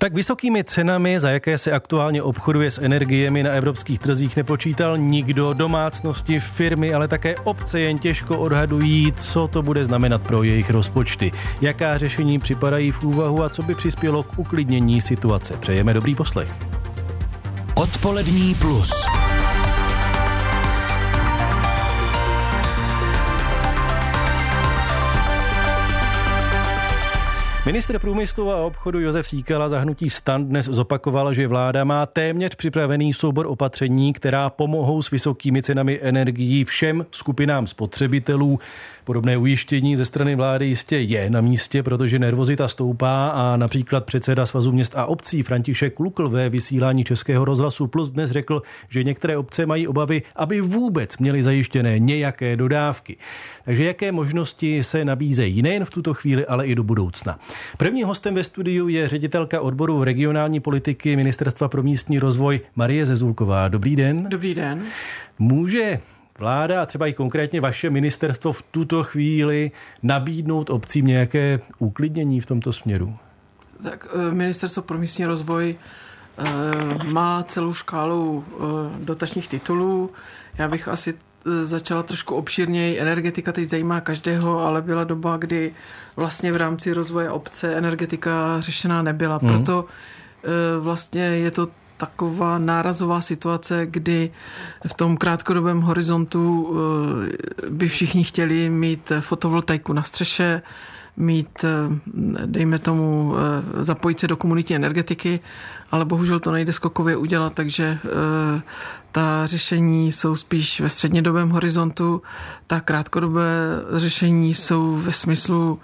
tak vysokými cenami, za jaké se aktuálně obchoduje s energiemi na evropských trzích, nepočítal nikdo. Domácnosti, firmy, ale také obce jen těžko odhadují, co to bude znamenat pro jejich rozpočty. Jaká řešení připadají v úvahu a co by přispělo k uklidnění situace. Přejeme dobrý poslech. Odpolední plus. Ministr průmyslu a obchodu Josef Síkela za hnutí STAN dnes zopakoval, že vláda má téměř připravený soubor opatření, která pomohou s vysokými cenami energií všem skupinám spotřebitelů. Podobné ujištění ze strany vlády jistě je na místě, protože nervozita stoupá a například předseda Svazu měst a obcí František Lukl ve vysílání Českého rozhlasu Plus dnes řekl, že některé obce mají obavy, aby vůbec měly zajištěné nějaké dodávky. Takže jaké možnosti se nabízejí nejen v tuto chvíli, ale i do budoucna. Prvním hostem ve studiu je ředitelka odboru regionální politiky Ministerstva pro místní rozvoj Marie Zezulková. Dobrý den. Dobrý den. Může vláda a třeba i konkrétně vaše ministerstvo v tuto chvíli nabídnout obcím nějaké uklidnění v tomto směru? Tak Ministerstvo pro místní rozvoj má celou škálu dotačních titulů. Já bych asi začala trošku obšírněji. Energetika teď zajímá každého, ale byla doba, kdy vlastně v rámci rozvoje obce energetika řešená nebyla. Proto vlastně je to taková nárazová situace, kdy v tom krátkodobém horizontu by všichni chtěli mít fotovoltaiku na střeše, mít, dejme tomu, zapojit se do komunitní energetiky, ale bohužel to nejde skokově udělat, takže ta řešení jsou spíš ve střednědobém horizontu, ta krátkodobé řešení jsou ve smyslu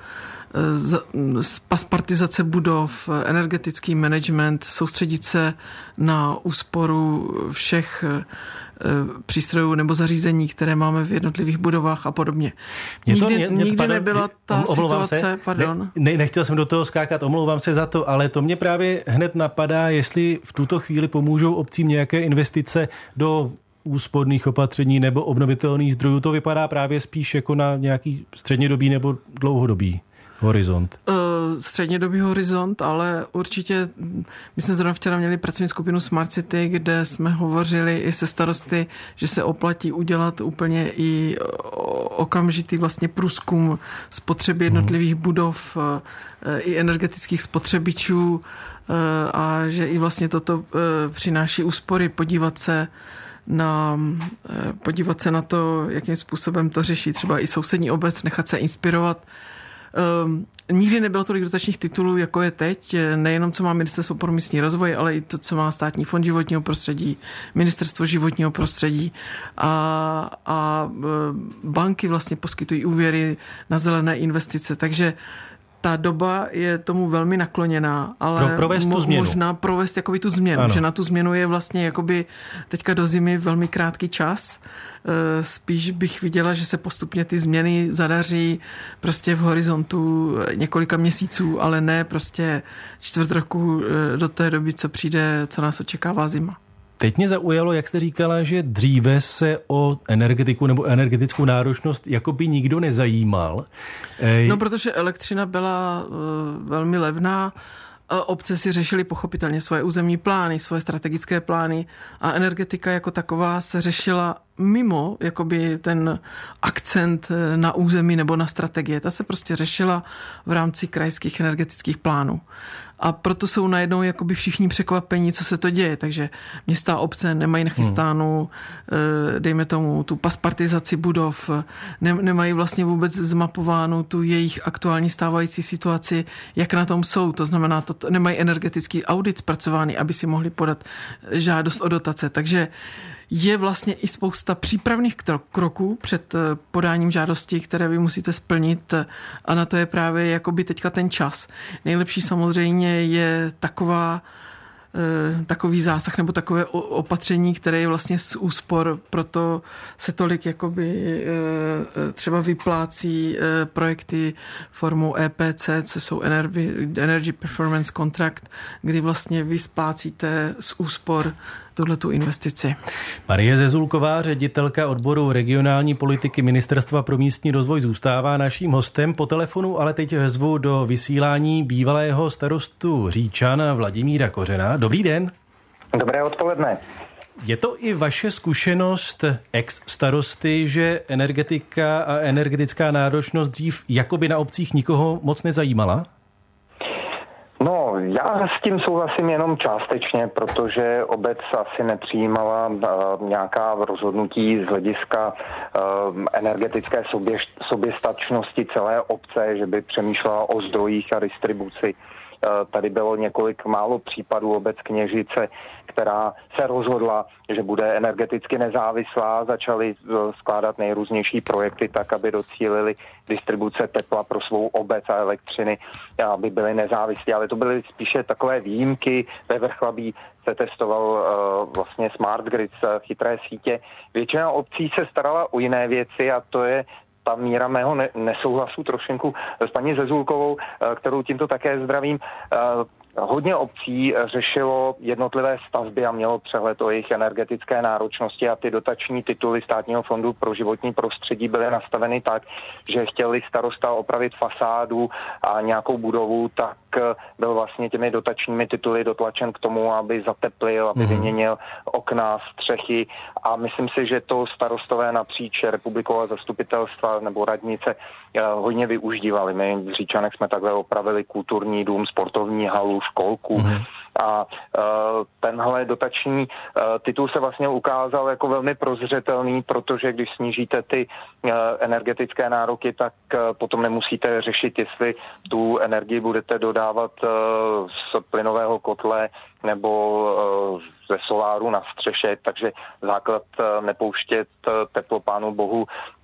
paspartizace budov, energetický management, soustředit se na úsporu všech přístrojů nebo zařízení, které máme v jednotlivých budovách a podobně. Nikdy nebyla ta situace, pardon. Nechtěl jsem do toho skákat, omlouvám se za to, ale to mě právě hned napadá, jestli v tuto chvíli pomůžou obcím nějaké investice do úsporných opatření nebo obnovitelných zdrojů. To vypadá právě spíš jako na nějaký střednědobý nebo dlouhodobý horizont. Střednědobý horizont, ale určitě my jsme zrovna včera měli pracovní skupinu Smart City, kde jsme hovořili i se starosty, že se oplatí udělat úplně i okamžitý vlastně průzkum spotřeby jednotlivých budov i energetických spotřebičů a že i vlastně toto přináší úspory, podívat se na to, jakým způsobem to řeší třeba i sousední obec, nechat se inspirovat. Nikdy nebylo tolik dotačních titulů, jako je teď, nejenom co má Ministerstvo pro místní rozvoj, ale i to, co má Státní fond životního prostředí, Ministerstvo životního prostředí a banky vlastně poskytují úvěry na zelené investice, takže ta doba je tomu velmi nakloněná, ale možná provést jakoby tu změnu, ano. Že na tu změnu je vlastně jakoby teďka do zimy velmi krátký čas. Spíš bych viděla, že se postupně ty změny zadaří prostě v horizontu několika měsíců, ale ne prostě čtvrt roku do té doby, co nás očekává zima. Teď mě zaujalo, jak jste říkala, že dříve se o energetiku nebo energetickou náročnost jakoby nikdo nezajímal. No, protože elektřina byla velmi levná, obce si řešily pochopitelně svoje územní plány, svoje strategické plány a energetika jako taková se řešila mimo jakoby ten akcent na území nebo na strategie. Ta se prostě řešila v rámci krajských energetických plánů. A proto jsou najednou jakoby všichni překvapení, co se to děje. Takže města a obce nemají nachystánou, dejme tomu, tu paspartizaci budov, nemají vlastně vůbec zmapovánou tu jejich aktuální stávající situaci, jak na tom jsou. To znamená, nemají energetický audit zpracovaný, aby si mohli podat žádost o dotace. Takže je vlastně i spousta přípravných kroků před podáním žádosti, které vy musíte splnit a na to je právě jakoby teďka ten čas. Nejlepší samozřejmě je takový zásah nebo takové opatření, které je vlastně z úspor, proto se tolik jakoby třeba vyplácí projekty formou EPC, co jsou Energy Performance Contract, kdy vlastně vy splácíte z úspor tuhletu investici. Marie Zezulková, ředitelka odboru regionální politiky Ministerstva pro místní rozvoj, zůstává naším hostem po telefonu, ale teď zvu do vysílání bývalého starostu Říčan Vladimíra Kořena. Dobrý den. Dobré odpoledne. Je to i vaše zkušenost ex-starosty, že energetika a energetická náročnost dřív jakoby na obcích nikoho moc nezajímala? No, já s tím souhlasím jenom částečně, protože obec asi nepřijímala nějaká rozhodnutí z hlediska energetické soběstačnosti celé obce, že by přemýšlela o zdrojích a distribuci. Tady bylo několik málo případů obec Kněžice, která se rozhodla, že bude energeticky nezávislá, začali skládat nejrůznější projekty tak, aby docílili distribuce tepla pro svou obec a elektřiny, aby byly nezávislí, ale to byly spíše takové výjimky. Ve Vrchlabí se testoval vlastně smart grid, chytré sítě. Většina obcí se starala o jiné věci a to je ta míra mého nesouhlasu trošinku s paní Zezulkovou, kterou tímto také zdravím. Hodně obcí řešilo jednotlivé stavby a mělo přehled o jejich energetické náročnosti a ty dotační tituly Státního fondu pro životní prostředí byly nastaveny tak, že chtěli starosta opravit fasádu a nějakou budovu, tak byl vlastně těmi dotačními tituly dotlačen k tomu, aby zateplil, aby vyměnil okna, střechy a myslím si, že to starostové napříč republikou a zastupitelstva nebo radnice hodně využívali. My v Říčanech jsme takhle opravili kulturní dům, sportovní halu, školku a tenhle dotační titul se vlastně ukázal jako velmi prozřetelný, protože když snížíte ty energetické nároky, tak potom nemusíte řešit, jestli tu energii budete dodávat z plynového kotle nebo ze soláru na střeše, takže základ nepouštět teplo Pánu Bohu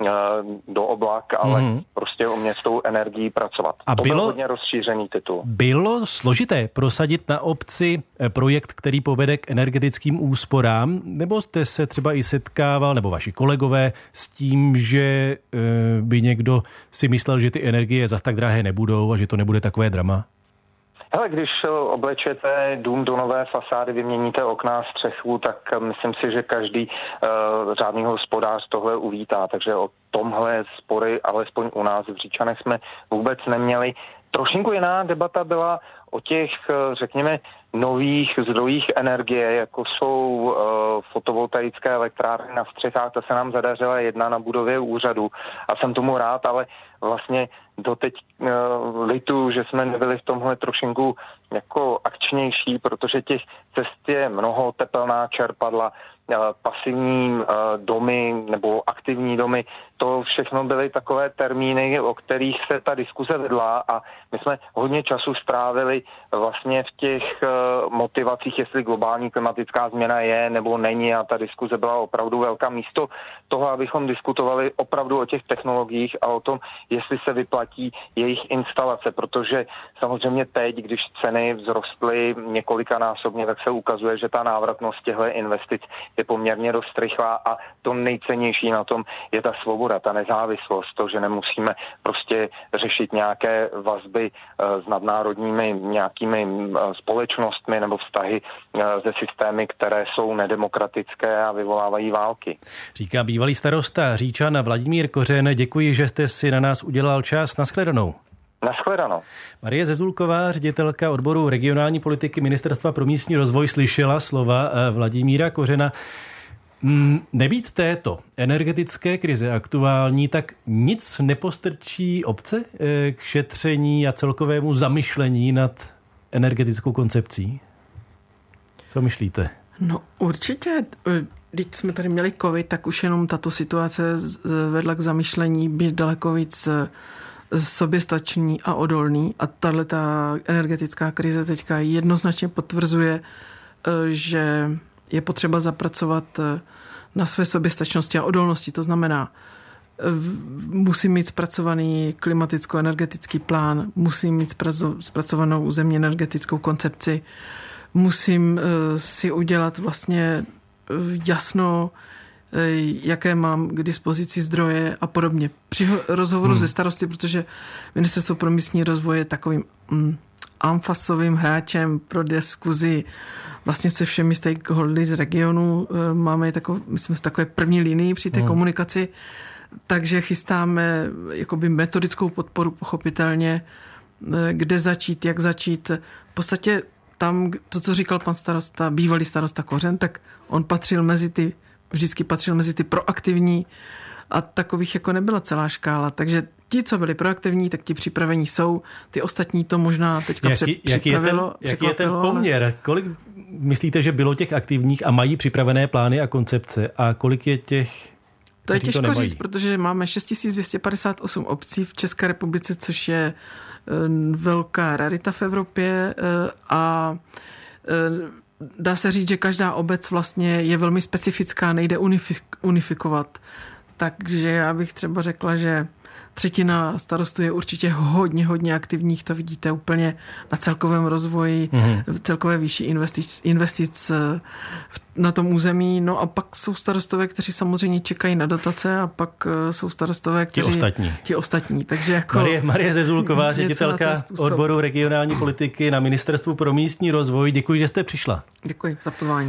do oblak, ale prostě umět s tou energií pracovat. A to byl hodně rozšířený titul. Bylo složité prosadit na obci projekt, který povede k energetickým úsporám, nebo jste se třeba i setkával, nebo vaši kolegové, s tím, že by někdo si myslel, že ty energie zas tak drahé nebudou a že to nebude takové drama? Hele, když oblečete dům do nové fasády, vyměníte okna a střechu, tak myslím si, že každý řádný hospodář tohle uvítá. Takže o tomhle spory, alespoň u nás v Říčanech, jsme vůbec neměli. Trošinku jiná debata byla o těch, řekněme, nových zdrojích energie, jako jsou fotovoltaické elektrárny na střechách. Ta se nám zadařila jedna na budově úřadu a jsem tomu rád, ale vlastně doteď lituju, že jsme nebyli v tomhle trošinku jako akčnější, protože těch cest je mnoho, tepelná čerpadla, pasivní domy nebo aktivní domy, to všechno byly takové termíny, o kterých se ta diskuze vedla a my jsme hodně času strávili vlastně v těch motivacích, jestli globální klimatická změna je nebo není a ta diskuze byla opravdu velká místo toho, abychom diskutovali opravdu o těch technologiích a o tom, jestli se vyplatí jejich instalace, protože samozřejmě teď, když ceny vzrostly několikanásobně, tak se ukazuje, že ta návratnost těchto investic je poměrně dost rychlá a to nejcennější na tom je ta svoboda, ta nezávislost, to, že nemusíme prostě řešit nějaké vazby s nadnárodními nějakými společnostmi nebo vztahy se systémy, které jsou nedemokratické a vyvolávají války. Říká bývalý starosta Říčan Vladimír Kořen. Děkuji, že jste si na nás udělal čas. Nashledanou. Nashledanou. Marie Zezulková, ředitelka odboru regionální politiky Ministerstva pro místní rozvoj, slyšela slova Vladimíra Kořena. Nebýt této energetické krize aktuální, tak nic nepostrčí obce k šetření a celkovému zamyšlení nad energetickou koncepcí? Co myslíte? No určitě. Když jsme tady měli covid, tak už jenom tato situace vedla k zamyšlení být daleko víc soběstačný a odolný. A tato energetická krize teďka jednoznačně potvrzuje, že je potřeba zapracovat na své soběstačnosti a odolnosti. To znamená, musím mít zpracovaný klimaticko-energetický plán, musím mít zpracovanou územně energetickou koncepci, musím si udělat vlastně jasno, jaké mám k dispozici zdroje a podobně. Při rozhovoru se starosty, protože Ministerstvo pro místní rozvoj je takovým amfasovým hráčem pro diskuzi vlastně se všemi stakeholdery z regionu. My jsme v takové první linii při té komunikaci, takže chystáme jakoby metodickou podporu pochopitelně, kde začít, jak začít. V podstatě tam, to, co říkal pan starosta, bývalý starosta Kořen, tak on vždycky patřil mezi ty proaktivní a takových jako nebyla celá škála. Takže ti, co byli proaktivní, tak ti připravení jsou. Ty ostatní to možná teďka připravilo. Jaký je ten poměr? Ale... Kolik myslíte, že bylo těch aktivních a mají připravené plány a koncepce a kolik je těch... To je těžko říct, protože máme 6258 obcí v České republice, což je velká rarita v Evropě a dá se říct, že každá obec vlastně je velmi specifická, nejde unifikovat. Takže já bych třeba řekla, že třetina starostů je určitě hodně aktivních, to vidíte úplně na celkovém rozvoji, v celkové výši investic na tom území. No a pak jsou starostové, kteří samozřejmě čekají na dotace a pak jsou starostové, kteří... Ti ostatní. Takže jako... Marie Zezulková, ředitelka odboru regionální politiky na Ministerstvu pro místní rozvoj. Děkuji, že jste přišla. Děkuji za pozvání.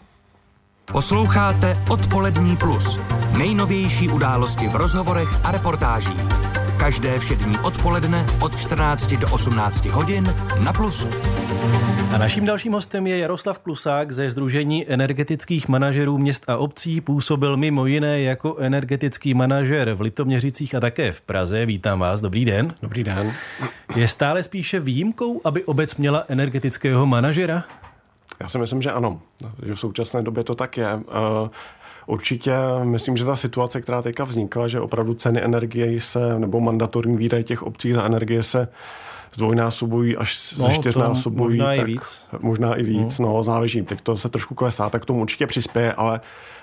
Posloucháte Odpolední plus. Nejnovější události v rozhovorech a reportážích. Každé všední odpoledne od 14 do 18 hodin na Plusu. A naším dalším hostem je Jaroslav Klusák ze Sdružení energetických manažerů měst a obcí. Působil mimo jiné jako energetický manažer v Litoměřicích a také v Praze. Vítám vás, dobrý den. Dobrý den. Je stále spíše výjimkou, aby obec měla energetického manažera? Já si myslím, že ano, že v současné době to tak je. Určitě myslím, že ta situace, která teďka vznikla, že opravdu ceny energie nebo mandatorní výdaje těch obcí za energie se zdvojnásobují až ze čtyřnásobují. Možná i víc, záleží. Teď to se trošku klesá, tak tomu určitě přispěje, ale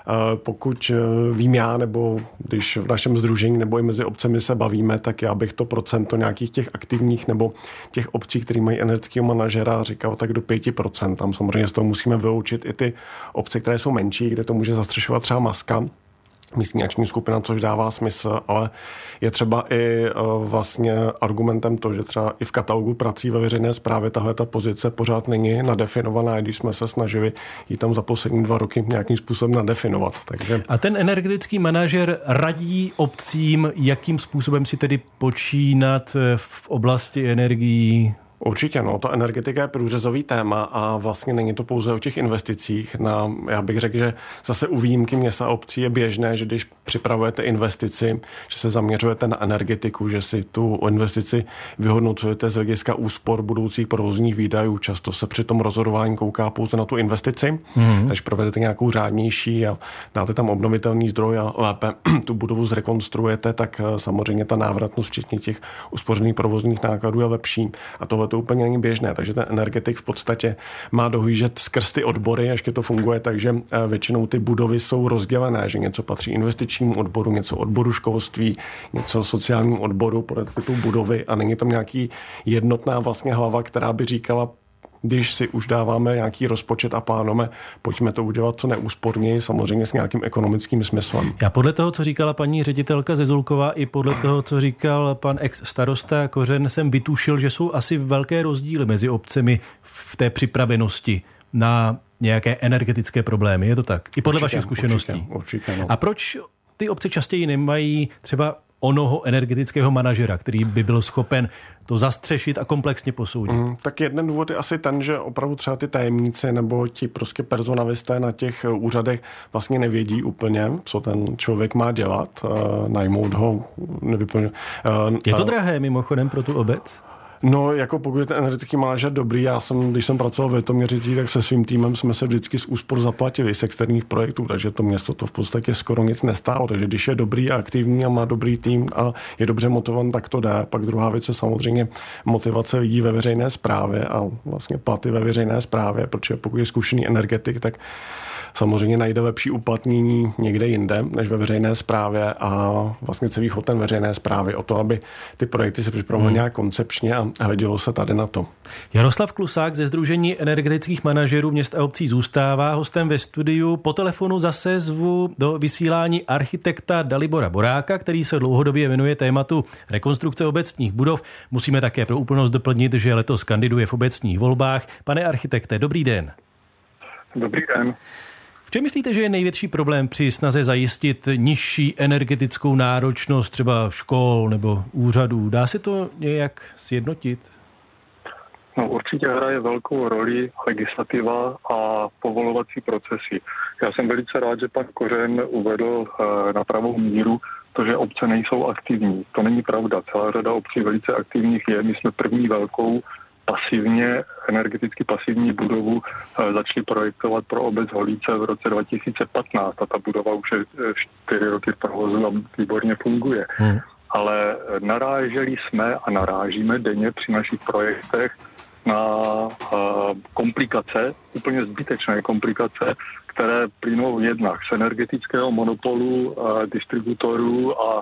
pokud vím já, nebo když v našem sdružení nebo i mezi obcemi se bavíme, tak já bych to procento nějakých těch aktivních nebo těch obcí, které mají energetického manažera, říkal tak do 5%. Tam samozřejmě z toho musíme vyloučit i ty obce, které jsou menší, kde to může zastřešovat třeba Maska, místní akční skupina, což dává smysl, ale je třeba i vlastně argumentem to, že třeba i v katalogu prací ve veřejné správě tahle ta pozice pořád není nadefinovaná, když jsme se snažili ji tam za poslední 2 roky nějakým způsobem nadefinovat. Takže... A ten energetický manažer radí obcím, jakým způsobem si tedy počínat v oblasti energií? Určitě, ta energetika je průřezový téma a vlastně není to pouze o těch investicích. Já bych řekl, že zase u výjimky měst a obcí je běžné, že když připravujete investici, že se zaměřujete na energetiku, že si tu investici vyhodnocujete z hlediska úspor budoucích provozních výdajů. Často se při tom rozhodování kouká pouze na tu investici, takže provedete nějakou řádnější a dáte tam obnovitelný zdroj a lépe tu budovu zrekonstruujete, tak samozřejmě ta návratnost včetně těch uspořených provozních nákladů je lepší. A tohle to úplně není běžné, takže ten energetik v podstatě má dohlížet skrz ty odbory, až to funguje, takže většinou ty budovy jsou rozdělené, že něco patří investičnímu odboru, něco odboru školství, něco sociálnímu odboru podle typu budovy a není tam nějaký jednotná vlastně hlava, která by říkala, když si už dáváme nějaký rozpočet a plánujeme, pojďme to udělat co neúsporněji, samozřejmě s nějakým ekonomickým smyslem. Já podle toho, co říkala paní ředitelka Zezulková, i podle toho, co říkal pan ex-starosta Kořen, jsem vytušil, že jsou asi velké rozdíly mezi obcemi v té připravenosti na nějaké energetické problémy. Je to tak? I podle vašich zkušeností. Určitě. A proč ty obce častěji nemají třeba onoho energetického manažera, který by byl schopen to zastřešit a komplexně posoudit? Tak jeden důvod je asi ten, že opravdu třeba ty tajemníci nebo ti prostě personalisté na těch úřadech vlastně nevědí úplně, co ten člověk má dělat, najmout ho, nevyplňuje. Je to drahé mimochodem pro tu obec? Jako pokud je ten energetický manažer dobrý, když jsem pracoval v Litoměřicích, tak se svým týmem jsme se vždycky z úspor zaplatili z externích projektů, takže to město to v podstatě skoro nic nestálo. Takže když je dobrý a aktivní a má dobrý tým a je dobře motivovan, tak to jde. Pak druhá věc je samozřejmě motivace lidí ve veřejné správě a vlastně platy ve veřejné správě, protože pokud je zkušený energetik, tak samozřejmě najde lepší uplatnění někde jinde, než ve veřejné správě a vlastně celý chod ten veřejné správy o to, aby ty projekty se připravovaly nějak koncepčně a hledělo se tady na to. Jaroslav Klusák ze Sdružení energetických manažerů měst a obcí zůstává hostem ve studiu. Po telefonu zase zvu do vysílání architekta Dalibora Boráka, který se dlouhodobě věnuje tématu rekonstrukce obecních budov. Musíme také pro úplnost doplnit, že letos kandiduje v obecních volbách. Pane architekte, dobrý den. Dobrý den. V čem myslíte, že je největší problém při snaze zajistit nižší energetickou náročnost třeba škol nebo úřadů? Dá se to nějak sjednotit? No, určitě hraje velkou roli legislativa a povolovací procesy. Já jsem velice rád, že pan Kořen uvedl na pravou míru to, že obce nejsou aktivní. To není pravda. Celá řada obcí velice aktivních je. My jsme první velkou energeticky pasivní budovu začali projektovat pro obec Holíce v roce 2015 a ta budova už je 4 roky v provozu a výborně funguje. Ale naráželi jsme a narážíme denně při našich projektech na komplikace, úplně zbytečné komplikace, které plynou jednak z energetického monopolu distributorů a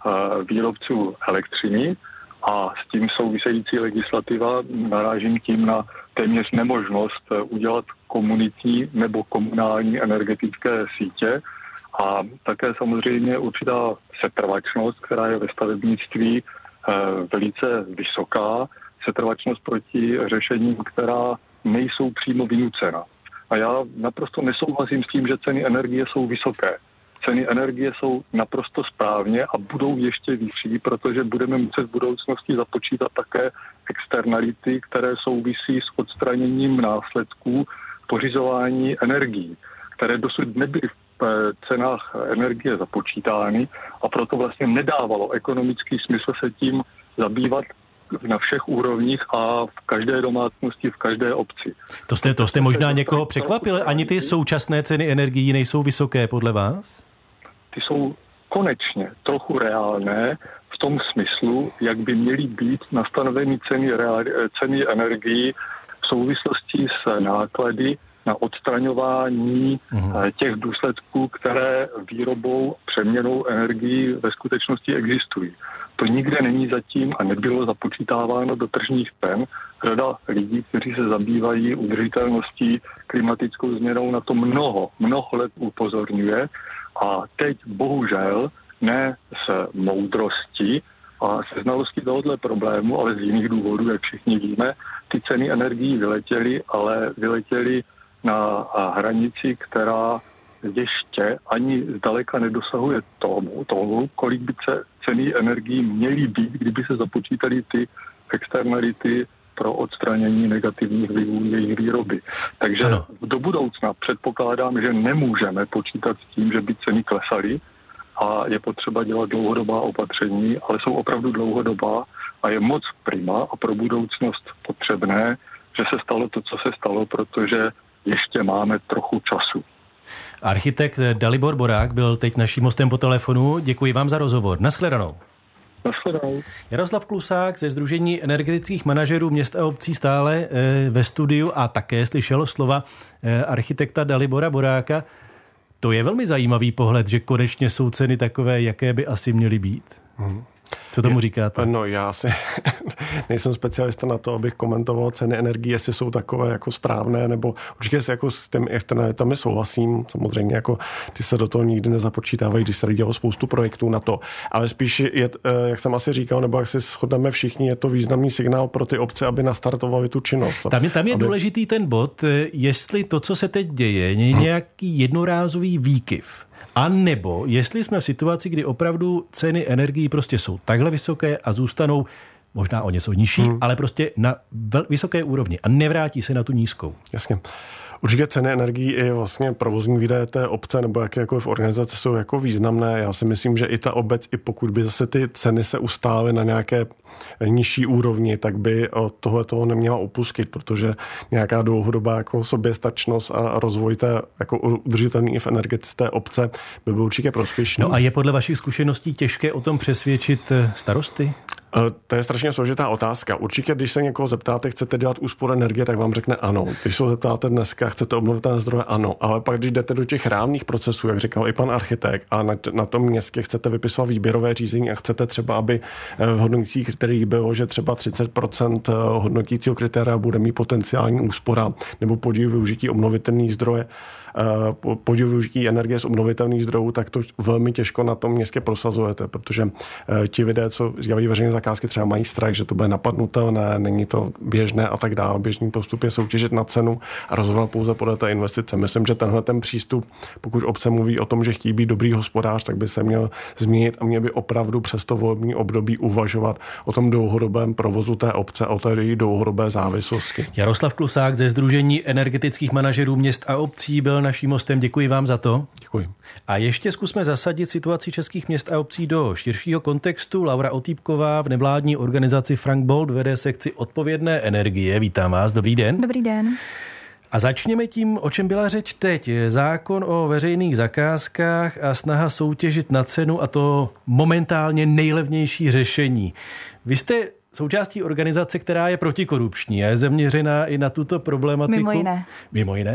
výrobců elektřiny a s tím související legislativa. Narážím tím na téměř nemožnost udělat komunitní nebo komunální energetické sítě a také samozřejmě určitá setrvačnost, která je ve stavebnictví velice vysoká, setrvačnost proti řešením, která nejsou přímo vynucena. A já naprosto nesouhlasím s tím, že ceny energie jsou vysoké. Ceny energie jsou naprosto správně a budou ještě vyšší, protože budeme muset v budoucnosti započítat také externality, které souvisí s odstraněním následků pořizování energií, které dosud nebyly v cenách energie započítány a proto vlastně nedávalo ekonomický smysl se tím zabývat na všech úrovních a v každé domácnosti, v každé obci. To jste možná někoho překvapili? Ani ty současné ceny energií nejsou vysoké podle vás? Ty jsou konečně trochu reálné v tom smyslu, jak by měly být nastanoveny ceny energií v souvislosti s náklady na odstraňování těch důsledků, které výrobou, přeměnou energií ve skutečnosti existují. To nikde není zatím a nebylo započítáváno do tržních cen. Řada lidí, kteří se zabývají udržitelností, klimatickou změnou, na to mnoho let upozorňuje a teď bohužel ne z moudrosti a se znalostí tohoto problému, ale z jiných důvodů, jak všichni víme, ty ceny energií vyletěly na hranici, která ještě ani zdaleka nedosahuje tomu, kolik by ceny energií měly být, kdyby se započítaly ty externality pro odstranění negativních vlivů jejich výroby. Takže do budoucna předpokládám, že nemůžeme počítat s tím, že by ceny klesaly a je potřeba dělat dlouhodobá opatření, ale jsou opravdu dlouhodobá a je moc prima a pro budoucnost potřebné, že se stalo to, co se stalo, protože ještě máme trochu času. Architekt Dalibor Borák byl teď naším hostem po telefonu. Děkuji vám za rozhovor. Nashledanou. Nashledanou. Jaroslav Klusák ze Sdružení energetických manažerů měst a obcí stále ve studiu a také slyšel slova architekta Dalibora Boráka. To je velmi zajímavý pohled, že konečně jsou ceny takové, jaké by asi měly být. Co tomu říkáte? No, já si nejsem specialista na to, abych komentoval ceny energií, jestli jsou takové jako správné, nebo určitě jako s těmi externalitami souhlasím. Samozřejmě jako ty se do toho nikdy nezapočítávají, když se dělalo spoustu projektů na to. Ale spíš je, jak jsem asi říkal, nebo jak si shodneme všichni, je to významný signál pro ty obce, aby nastartovali tu činnost. Tam je důležitý ten bod, jestli to, co se teď děje, je nějaký jednorázový výkyv. A nebo jestli jsme v situaci, kdy opravdu ceny energií prostě jsou takhle vysoké a zůstanou možná o něco nižší, ale prostě na vysoké úrovni a nevrátí se na tu nízkou. Jasně. Určitě ceny energií i vlastně provozní výdaje té obce nebo jakékoliv organizace jsou jako významné. Já si myslím, že i ta obec, i pokud by zase ty ceny se ustály na nějaké nižší úrovni, tak by od toho neměla upustit, protože nějaká dlouhodobá jako soběstačnost a rozvoj té jako udržitelný v energetické obce by byl určitě prospěšný. No a je podle vašich zkušeností těžké o tom přesvědčit starosty? To je strašně složitá otázka. Určitě, když se někoho zeptáte, chcete dělat úspor energie, tak vám řekne ano. Když se zeptáte dneska, chcete obnovitelné zdroje, ano. Ale pak, když jdete do těch reálných procesů, jak říkal i pan architekt, a na tom městě chcete vypisovat výběrové řízení a chcete třeba, aby v hodnotících kritériích bylo, že třeba 30% hodnotícího kritéria bude mít potenciální úspora nebo podíl využití obnovitelných zdroje podíl využití energie z obnovitelných zdrojů, tak to velmi těžko na tom městě prosazujete, protože ti lidé, co dělají veřejné zakázky, třeba mají strach, že to bude napadnutelné, není to běžné a tak dále. Běžný postup je soutěžit na cenu a rozhodovat pouze podle té investice. Myslím, že tenhle ten přístup, pokud obce mluví o tom, že chtějí být dobrý hospodář, tak by se měl změnit a měl by opravdu přes to volební období uvažovat o tom dlouhodobém provozu té obce, o té její dlouhodobé závislosti. Jaroslav Klusák ze Sdružení energetických manažerů měst a obcí byl naším hostem. Děkuji vám za to. Děkuji. A ještě zkusme zasadit situaci českých měst a obcí do širšího kontextu. Laura Otýpková v nevládní organizaci Frank Bold vede sekci odpovědné energie. Vítám vás. Dobrý den. Dobrý den. A začněme tím, o čem byla řeč teď. Zákon o veřejných zakázkách a snaha soutěžit na cenu a to momentálně nejlevnější řešení. Vy jste součástí organizace, která je protikorupční a je zaměřená i na tuto problematiku. Mimo jiné.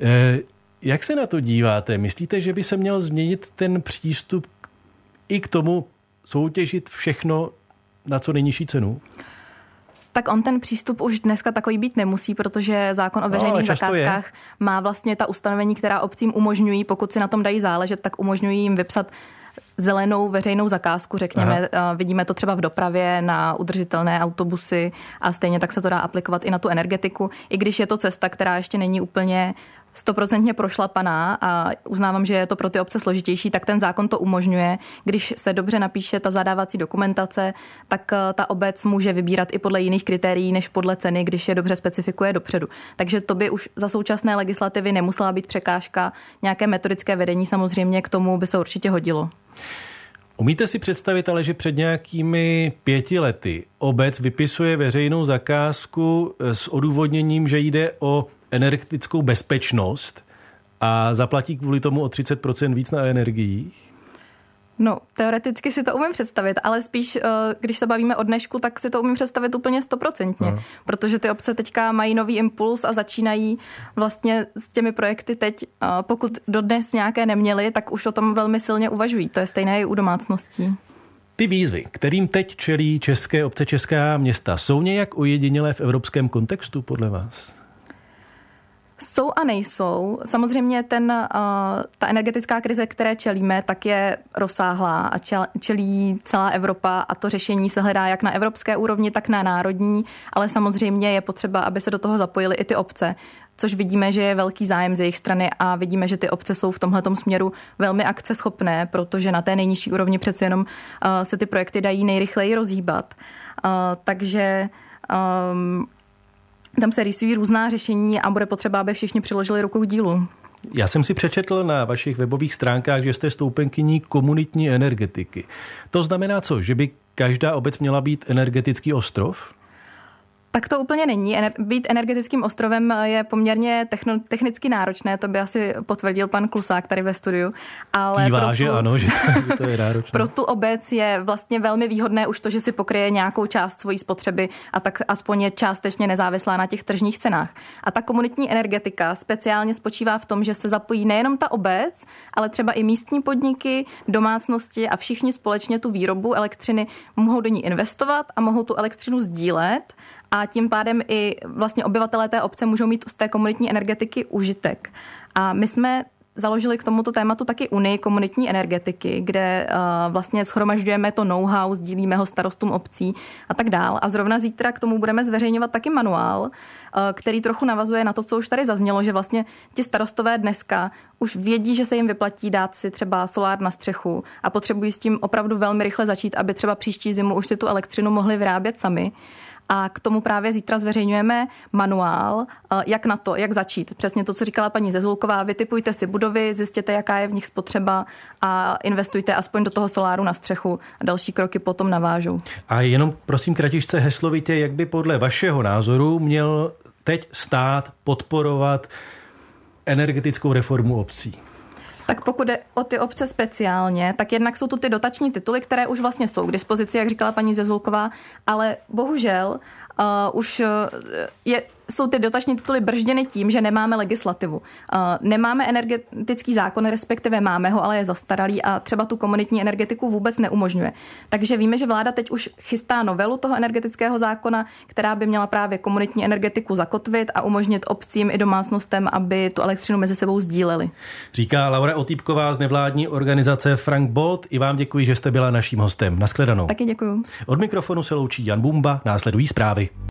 Jak se na to díváte? Myslíte, že by se měl změnit ten přístup i k tomu soutěžit všechno na co nejnižší cenu? Tak on ten přístup už dneska takový být nemusí, protože zákon o veřejných zakázkách má vlastně ta ustanovení, která obcím umožňují, pokud si na tom dají záležet, tak umožňují jim vypsat zelenou veřejnou zakázku, řekněme. Aha. Vidíme to třeba v dopravě na udržitelné autobusy a stejně tak se to dá aplikovat i na tu energetiku, i když je to cesta, která ještě není úplně 100% prošlapaná a uznávám, že je to pro ty obce složitější, tak ten zákon to umožňuje. Když se dobře napíše ta zadávací dokumentace, tak ta obec může vybírat i podle jiných kritérií než podle ceny, když je dobře specifikuje dopředu. Takže to by už za současné legislativy nemusela být překážka. Nějaké metodické vedení samozřejmě k tomu by se určitě hodilo. Umíte si představit ale, že před nějakými 5 lety obec vypisuje veřejnou zakázku s odůvodněním, že jde o energetickou bezpečnost a zaplatí kvůli tomu o 30% víc na energiích? No, teoreticky si to umím představit, ale spíš, když se bavíme o dnešku, tak si to umím představit úplně 100%, protože ty obce teďka mají nový impuls a začínají vlastně s těmi projekty teď, pokud dodnes nějaké neměli, tak už o tom velmi silně uvažují. To je stejné i u domácností. Ty výzvy, kterým teď čelí české obce, česká města, jsou nějak ojedinělé v evropském kontextu podle vás? Jsou a nejsou. Samozřejmě ta energetická krize, které čelíme, tak je rozsáhlá a čelí celá Evropa a to řešení se hledá jak na evropské úrovni, tak na národní, ale samozřejmě je potřeba, aby se do toho zapojily i ty obce, což vidíme, že je velký zájem z jejich strany a vidíme, že ty obce jsou v tomhletom směru velmi akceschopné, protože na té nejnižší úrovni přeci jenom se ty projekty dají nejrychleji rozhýbat. Takže tam se rýsují různá řešení a bude potřeba, aby všichni přiložili ruku k dílu. Já jsem si přečetl na vašich webových stránkách, že jste stoupenkyní komunitní energetiky. To znamená co? Že by každá obec měla být energetický ostrov? Tak to úplně není. Být energetickým ostrovem je poměrně technicky náročné, to by asi potvrdil pan Klusák tady ve studiu. Ale kývá, že ano, že to je náročné. Pro tu obec je vlastně velmi výhodné už to, že si pokryje nějakou část svojí spotřeby a tak aspoň je částečně nezávislá na těch tržních cenách. A ta komunitní energetika speciálně spočívá v tom, že se zapojí nejenom ta obec, ale třeba i místní podniky, domácnosti a všichni společně tu výrobu elektřiny mohou do ní investovat a mohou tu elektřinu sdílet. A tím pádem i vlastně obyvatelé té obce můžou mít z té komunitní energetiky užitek. A my jsme založili k tomuto tématu taky Unii komunitní energetiky, kde vlastně shromažďujeme to know-how, sdílíme ho starostům obcí a tak dál. A zrovna zítra k tomu budeme zveřejňovat taky manuál, který trochu navazuje na to, co už tady zaznělo, že vlastně ti starostové dneska už vědí, že se jim vyplatí dát si třeba solár na střechu a potřebují s tím opravdu velmi rychle začít, aby třeba příští zimu už si tu elektřinu mohli vyrábět sami. A k tomu právě zítra zveřejňujeme manuál, jak na to, jak začít. Přesně to, co říkala paní Zezulková, vytipujte si budovy, zjistěte, jaká je v nich spotřeba a investujte aspoň do toho soláru na střechu a další kroky potom navážou. A jenom prosím kratičce heslovitě, jak by podle vašeho názoru měl teď stát podporovat energetickou reformu obcí? Tak pokud jde o ty obce speciálně, tak jednak jsou tu ty dotační tituly, které už vlastně jsou k dispozici, jak říkala paní Zezulková, ale bohužel už je jsou ty dotační tituly bržděny tím, že nemáme legislativu. Nemáme energetický zákon, respektive máme ho, ale je zastaralý a třeba tu komunitní energetiku vůbec neumožňuje. Takže víme, že vláda teď už chystá novelu toho energetického zákona, která by měla právě komunitní energetiku zakotvit a umožnit obcím i domácnostem, aby tu elektřinu mezi sebou sdíleli. Říká Laura Otýpková z nevládní organizace Frank Bold. I vám děkuji, že jste byla naším hostem. Nashledanou. Taky děkuju. Od mikrofonu se loučí Jan Bumba, následují zprávy.